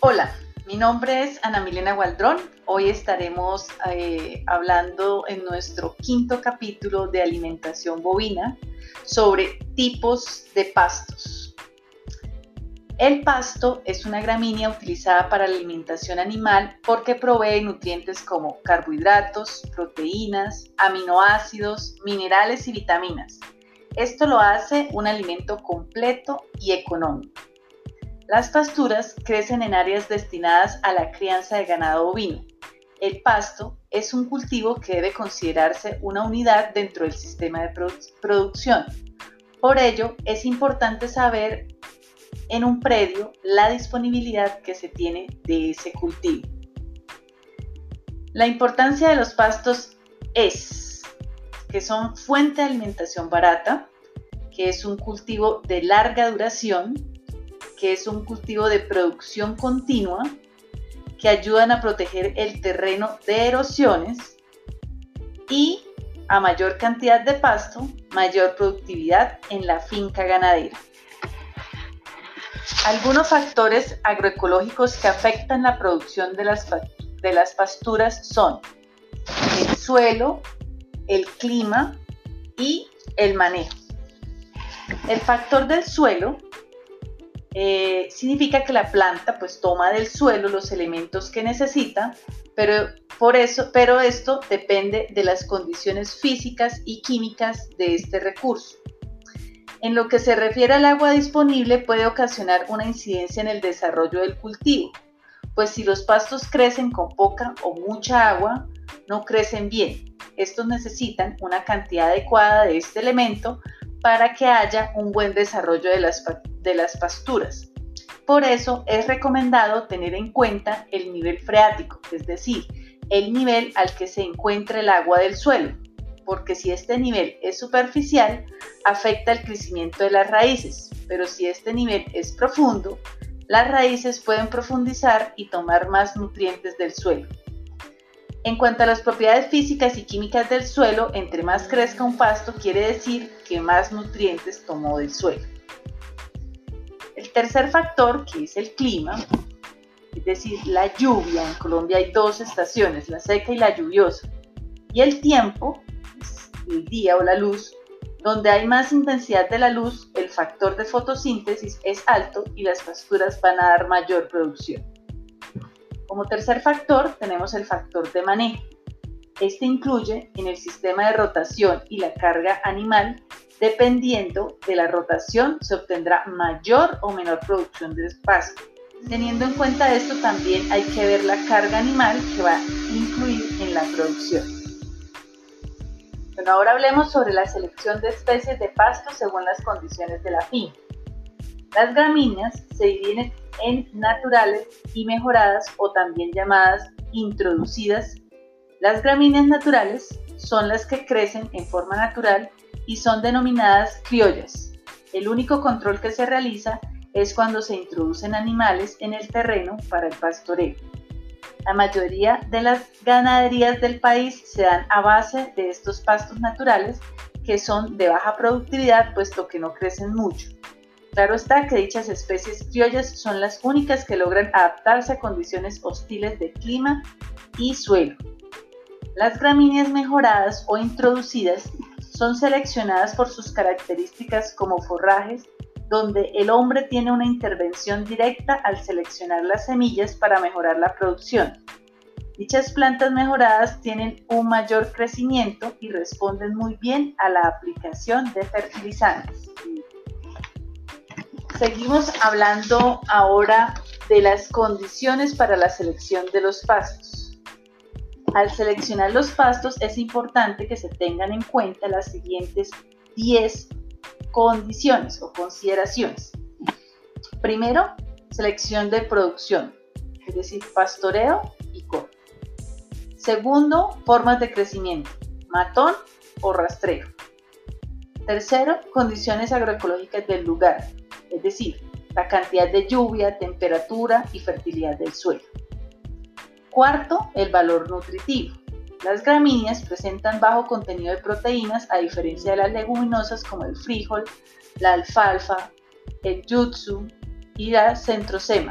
Hola, mi nombre es Ana Milena Gualdrón. Hoy estaremos hablando en nuestro quinto capítulo de alimentación bovina sobre tipos de pastos. El pasto es una gramínea utilizada para la alimentación animal porque provee nutrientes como carbohidratos, proteínas, aminoácidos, minerales y vitaminas. Esto lo hace un alimento completo y económico. Las pasturas crecen en áreas destinadas a la crianza de ganado bovino. El pasto es un cultivo que debe considerarse una unidad dentro del sistema de producción. Por ello, es importante saber en un predio la disponibilidad que se tiene de ese cultivo. La importancia de los pastos es que son fuente de alimentación barata, que es un cultivo de larga duración, que es un cultivo de producción continua, que ayudan a proteger el terreno de erosiones y a mayor cantidad de pasto, mayor productividad en la finca ganadera. Algunos factores agroecológicos que afectan la producción de las pasturas son el suelo, el clima y el manejo. El factor del suelo significa que la planta toma del suelo los elementos que necesita, pero esto depende de las condiciones físicas y químicas de este recurso. En lo que se refiere al agua disponible, puede ocasionar una incidencia en el desarrollo del cultivo, pues si los pastos crecen con poca o mucha agua, no crecen bien. Estos necesitan una cantidad adecuada de este elemento para que haya un buen desarrollo de las pasturas. Por eso es recomendado tener en cuenta el nivel freático, es decir, el nivel al que se encuentra el agua del suelo, porque si este nivel es superficial, afecta el crecimiento de las raíces, pero si este nivel es profundo, las raíces pueden profundizar y tomar más nutrientes del suelo. En cuanto a las propiedades físicas y químicas del suelo, entre más crezca un pasto, quiere decir que más nutrientes tomó del suelo. El tercer factor, que es el clima, es decir, la lluvia. En Colombia hay dos estaciones, la seca y la lluviosa. Y el tiempo, el día o la luz, donde hay más intensidad de la luz, el factor de fotosíntesis es alto y las pasturas van a dar mayor producción. Como tercer factor tenemos el factor de manejo. Este incluye en el sistema de rotación y la carga animal. Dependiendo de la rotación se obtendrá mayor o menor producción de pasto. Teniendo en cuenta esto, también hay que ver la carga animal que va a influir en la producción. Bueno, ahora hablemos sobre la selección de especies de pasto según las condiciones de la finca. Las gramíneas se dividen en naturales y mejoradas o también llamadas introducidas. Las gramíneas naturales son las que crecen en forma natural y son denominadas criollas. El único control que se realiza es cuando se introducen animales en el terreno para el pastoreo. La mayoría de las ganaderías del país se dan a base de estos pastos naturales que son de baja productividad puesto que no crecen mucho. Claro está que dichas especies criollas son las únicas que logran adaptarse a condiciones hostiles de clima y suelo. Las gramíneas mejoradas o introducidas son seleccionadas por sus características como forrajes, donde el hombre tiene una intervención directa al seleccionar las semillas para mejorar la producción. Dichas plantas mejoradas tienen un mayor crecimiento y responden muy bien a la aplicación de fertilizantes. Seguimos hablando ahora de las condiciones para la selección de los pastos. Al seleccionar los pastos es importante que se tengan en cuenta las siguientes 10 condiciones o consideraciones. Primero, selección de producción, es decir, pastoreo y corte. Segundo, formas de crecimiento, matón o rastreo. Tercero, condiciones agroecológicas del lugar, es decir, la cantidad de lluvia, temperatura y fertilidad del suelo. Cuarto, el valor nutritivo. Las gramíneas presentan bajo contenido de proteínas a diferencia de las leguminosas como el frijol, la alfalfa, el jutsu y la centrosema.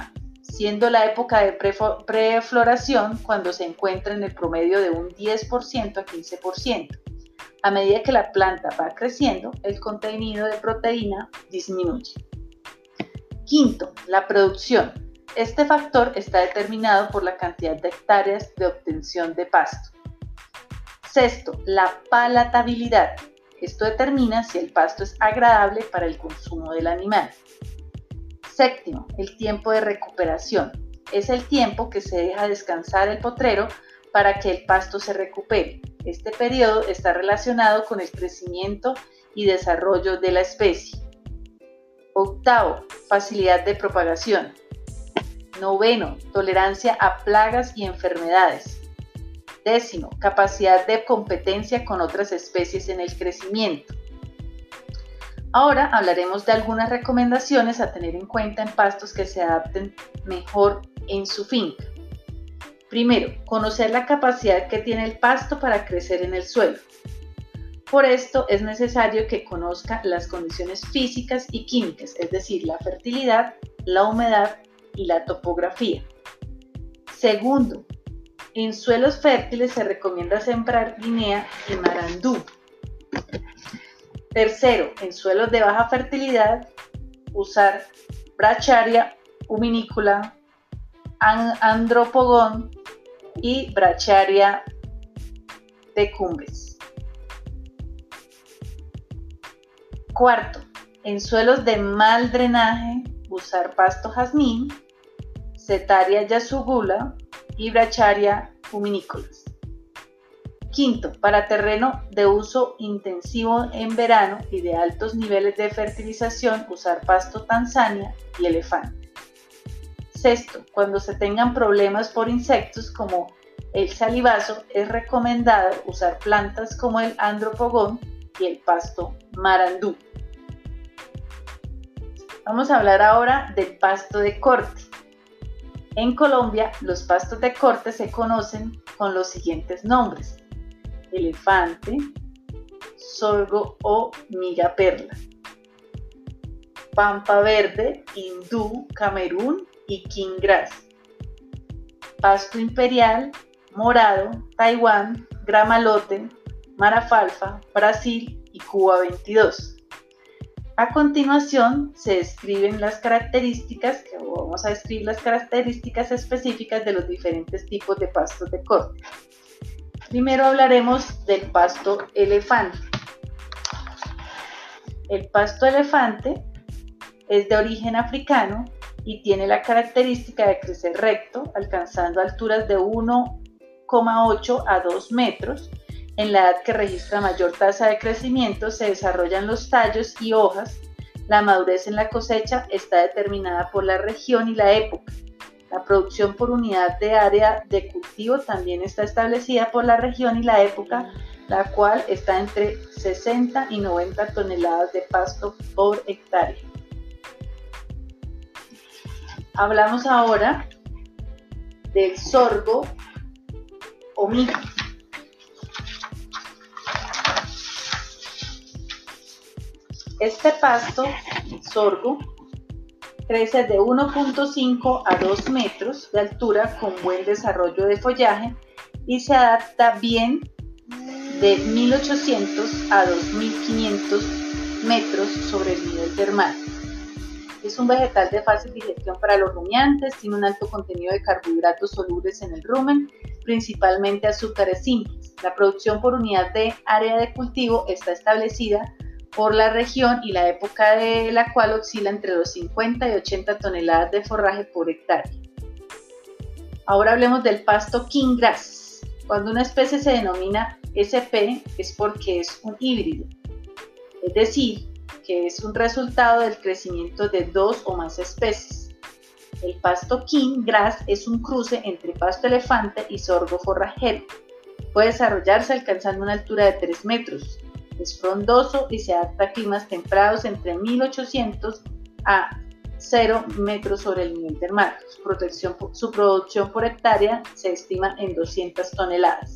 siendo la época de prefloración cuando se encuentra en el promedio de un 10% a 15%. A medida que la planta va creciendo, el contenido de proteína disminuye. Quinto, la producción. Este factor está determinado por la cantidad de hectáreas de obtención de pasto. Sexto, la palatabilidad. Esto determina si el pasto es agradable para el consumo del animal. Séptimo, el tiempo de recuperación. Es el tiempo que se deja descansar el potrero para que el pasto se recupere. Este periodo está relacionado con el crecimiento y desarrollo de la especie. Octavo, facilidad de propagación. Noveno, tolerancia a plagas y enfermedades. Décimo, capacidad de competencia con otras especies en el crecimiento. Ahora hablaremos de algunas recomendaciones a tener en cuenta en pastos que se adapten mejor en su finca. Primero, conocer la capacidad que tiene el pasto para crecer en el suelo. Por esto es necesario que conozca las condiciones físicas y químicas, es decir, la fertilidad, la humedad y la topografía. Segundo, en suelos fértiles se recomienda sembrar guinea y marandú. Tercero, en suelos de baja fertilidad, usar Bracharia huminicula, Andropogón y Bracharia decumbens. Cuarto, en suelos de mal drenaje, usar pasto jazmín, Setaria yasugula y Bracharia huminicolas. Quinto, para terreno de uso intensivo en verano y de altos niveles de fertilización, usar pasto Tanzania y elefante. Sexto, cuando se tengan problemas por insectos como el salivazo, es recomendado usar plantas como el andropogón y el pasto marandú. Vamos a hablar ahora del pasto de corte. En Colombia, los pastos de corte se conocen con los siguientes nombres: elefante, sorgo o miga perla, pampa verde, hindú, Camerún y king grass, pasto imperial, morado, Taiwán, gramalote, marafalfa, Brasil y Cuba 22. A continuación se describen las características, vamos a describir las características específicas de los diferentes tipos de pastos de corte. Primero hablaremos del pasto elefante. El pasto elefante es de origen africano y tiene la característica de crecer recto, alcanzando alturas de 1,8 a 2 metros. En la edad que registra mayor tasa de crecimiento se desarrollan los tallos y hojas. La madurez en la cosecha está determinada por la región y la época. La producción por unidad de área de cultivo también está establecida por la región y la época, la cual está entre 60 y 90 toneladas de pasto por hectárea. Hablamos ahora del sorgo o mijo. Este pasto, sorgo, crece de 1,5 a 2 metros de altura con buen desarrollo de follaje y se adapta bien de 1800 a 2500 metros sobre el nivel del mar. Es un vegetal de fácil digestión para los rumiantes, tiene un alto contenido de carbohidratos solubles en el rumen, principalmente azúcares simples. La producción por unidad de área de cultivo está establecida por la región y la época de la cual oscila entre los 50 y 80 toneladas de forraje por hectárea. Ahora hablemos del pasto king grass. Cuando una especie se denomina SP es porque es un híbrido, es decir, que es un resultado del crecimiento de dos o más especies. El pasto king grass es un cruce entre pasto elefante y sorgo forrajero. Puede desarrollarse alcanzando una altura de 3 metros. Es frondoso y se adapta a climas templados entre 1800 a 0 metros sobre el nivel del mar. Su producción por hectárea se estima en 200 toneladas.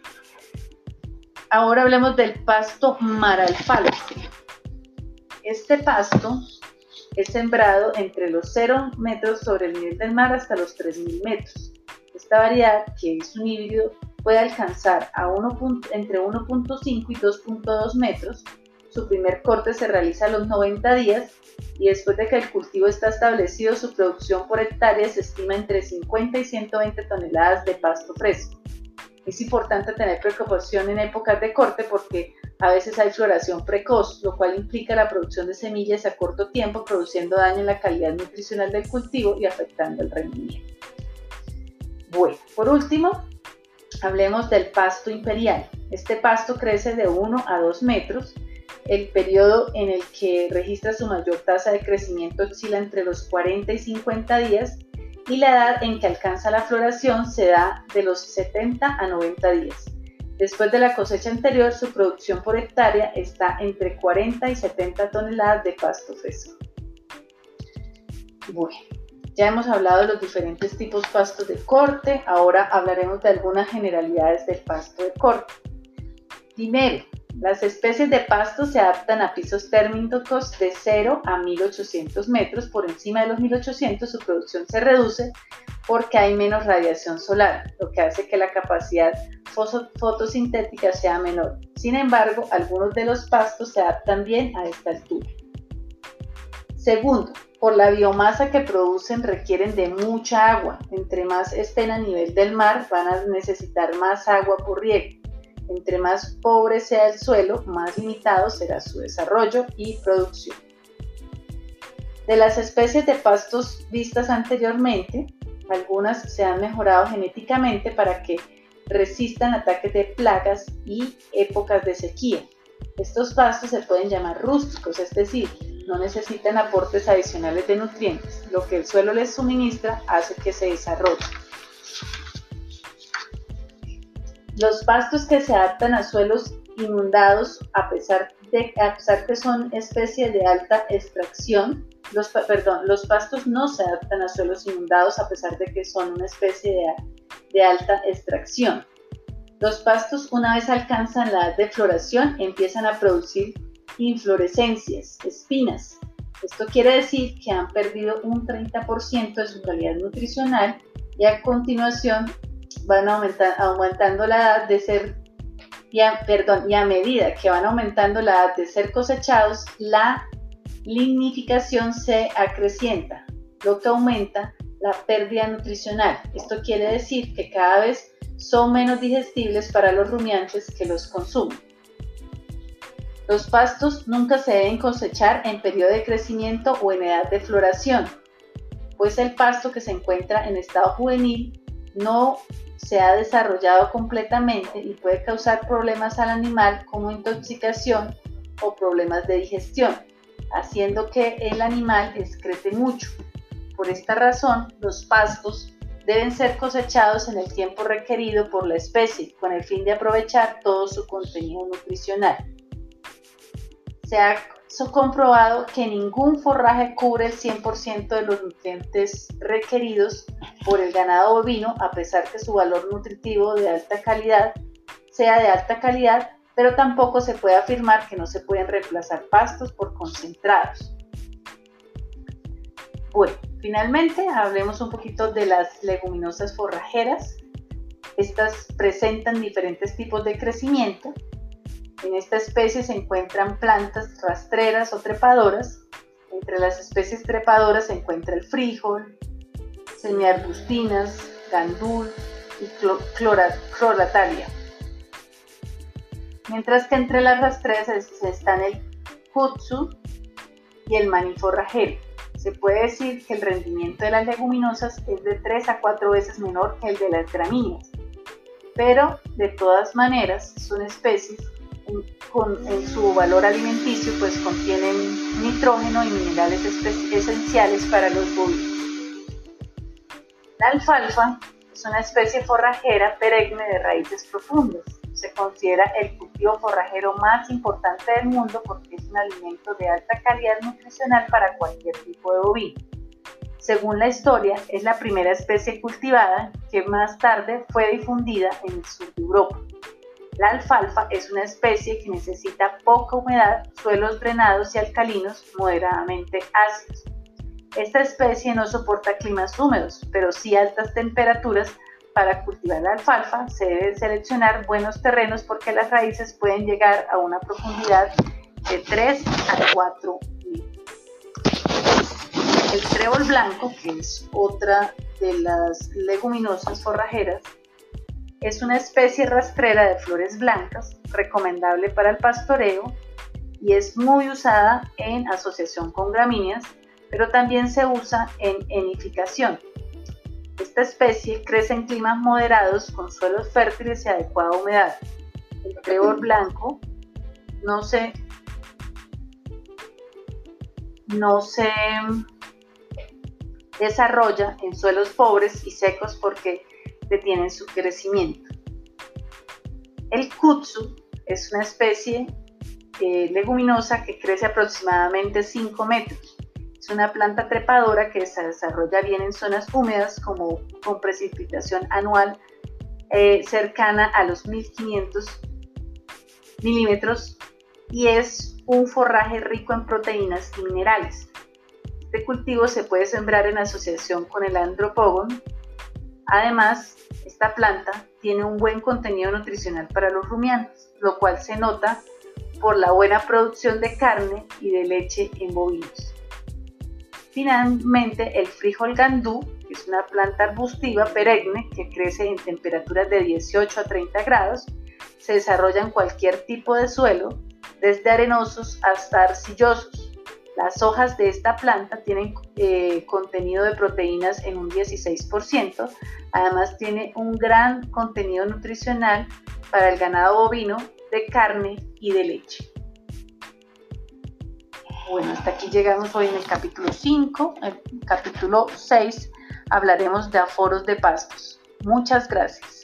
Ahora hablemos del pasto marafalfa. Este pasto Es sembrado entre los 0 metros sobre el nivel del mar hasta los 3.000 metros. Esta variedad, que es un híbrido, puede alcanzar entre 1.5 y 2.2 metros. Su primer corte se realiza a los 90 días y después de que el cultivo está establecido, su producción por hectárea se estima entre 50 y 120 toneladas de pasto fresco. Es importante tener precaución en épocas de corte porque a veces hay floración precoz, lo cual implica la producción de semillas a corto tiempo, produciendo daño en la calidad nutricional del cultivo y afectando el rendimiento. Bueno, por último, hablemos del pasto imperial. Este pasto crece de 1 a 2 metros. El periodo en el que registra su mayor tasa de crecimiento oscila entre los 40 y 50 días y la edad en que alcanza la floración se da de los 70 a 90 días. Después de la cosecha anterior, su producción por hectárea está entre 40 y 70 toneladas de pasto fresco. Bueno, ya hemos hablado de los diferentes tipos de pastos de corte, ahora hablaremos de algunas generalidades del pasto de corte. Primero, las especies de pasto se adaptan a pisos térmicos de 0 a 1800 metros. Por encima de los 1800 su producción se reduce porque hay menos radiación solar, lo que hace que la capacidad fotosintética sea menor. Sin embargo, algunos de los pastos se adaptan bien a esta altura. Segundo, por la biomasa que producen requieren de mucha agua. Entre más estén a nivel del mar, van a necesitar más agua por riego. Entre más pobre sea el suelo, más limitado será su desarrollo y producción. De las especies de pastos vistas anteriormente, algunas se han mejorado genéticamente para que resistan ataques de plagas y épocas de sequía. Estos pastos se pueden llamar rústicos, es decir, no necesitan aportes adicionales de nutrientes. Lo que el suelo les suministra hace que se desarrollen. Los pastos que se adaptan a suelos inundados, a pesar que son especies de alta extracción, los pastos no se adaptan a suelos inundados a pesar de que son una especie de alta extracción. Los pastos, una vez alcanzan la edad de floración, empiezan a producir inflorescencias, espinas. Esto quiere decir que han perdido un 30% de su calidad nutricional y a continuación van aumentando la edad de ser, y a medida que van aumentando la edad de ser cosechados, la lignificación se acrecienta, lo que aumenta la pérdida nutricional. Esto quiere decir que cada vez son menos digestibles para los rumiantes que los consumen. Los pastos nunca se deben cosechar en periodo de crecimiento o en edad de floración, pues el pasto que se encuentra en estado juvenil no se ha desarrollado completamente y puede causar problemas al animal como intoxicación o problemas de digestión, haciendo que el animal excrete mucho. Por esta razón, los pastos deben ser cosechados en el tiempo requerido por la especie, con el fin de aprovechar todo su contenido nutricional. Se ha comprobado que ningún forraje cubre el 100% de los nutrientes requeridos por el ganado bovino, a pesar que su valor nutritivo sea de alta calidad, pero tampoco se puede afirmar que no se pueden reemplazar pastos por concentrados. Bueno, finalmente hablemos un poquito de las leguminosas forrajeras. Estas presentan diferentes tipos de crecimiento. En esta especie se encuentran plantas rastreras o trepadoras. Entre las especies trepadoras se encuentra el frijol, semiarbustinas, gandul y cloratalia. Mientras que entre las rastreras están el kudzu y el maní forrajero. Se puede decir que el rendimiento de las leguminosas es de 3 a 4 veces menor que el de las gramíneas, pero de todas maneras son especies en su valor alimenticio, pues contienen nitrógeno y minerales esenciales para los bovinos. La alfalfa es una especie forrajera perenne de raíces profundas. Se considera el cultivo forrajero más importante del mundo porque es un alimento de alta calidad nutricional para cualquier tipo de bovino. Según la historia, es la primera especie cultivada que más tarde fue difundida en el sur de Europa. La alfalfa es una especie que necesita poca humedad, suelos drenados y alcalinos moderadamente ácidos. Esta especie no soporta climas húmedos, pero sí altas temperaturas. Para cultivar la alfalfa se debe seleccionar buenos terrenos porque las raíces pueden llegar a una profundidad de 3 a 4 metros. El trébol blanco, que es otra de las leguminosas forrajeras, es una especie rastrera de flores blancas, recomendable para el pastoreo y es muy usada en asociación con gramíneas, pero también se usa en enificación. Esta especie crece en climas moderados con suelos fértiles y adecuada humedad. El trébol blanco no se desarrolla en suelos pobres y secos porque detienen su crecimiento. El kudzu es una especie leguminosa que crece aproximadamente 5 metros. Es una planta trepadora que se desarrolla bien en zonas húmedas con precipitación anual cercana a los 1500 milímetros y es un forraje rico en proteínas y minerales. Este cultivo se puede sembrar en asociación con el Andropogon. Además, esta planta tiene un buen contenido nutricional para los rumiantes, lo cual se nota por la buena producción de carne y de leche en bovinos. Finalmente, el frijol gandú es una planta arbustiva perenne que crece en temperaturas de 18 a 30 grados, se desarrolla en cualquier tipo de suelo, desde arenosos hasta arcillosos. Las hojas de esta planta tienen contenido de proteínas en un 16%, además tiene un gran contenido nutricional para el ganado bovino de carne y de leche. Bueno, hasta aquí llegamos hoy en el capítulo 5. En el capítulo 6 hablaremos de aforos de pastos. Muchas gracias.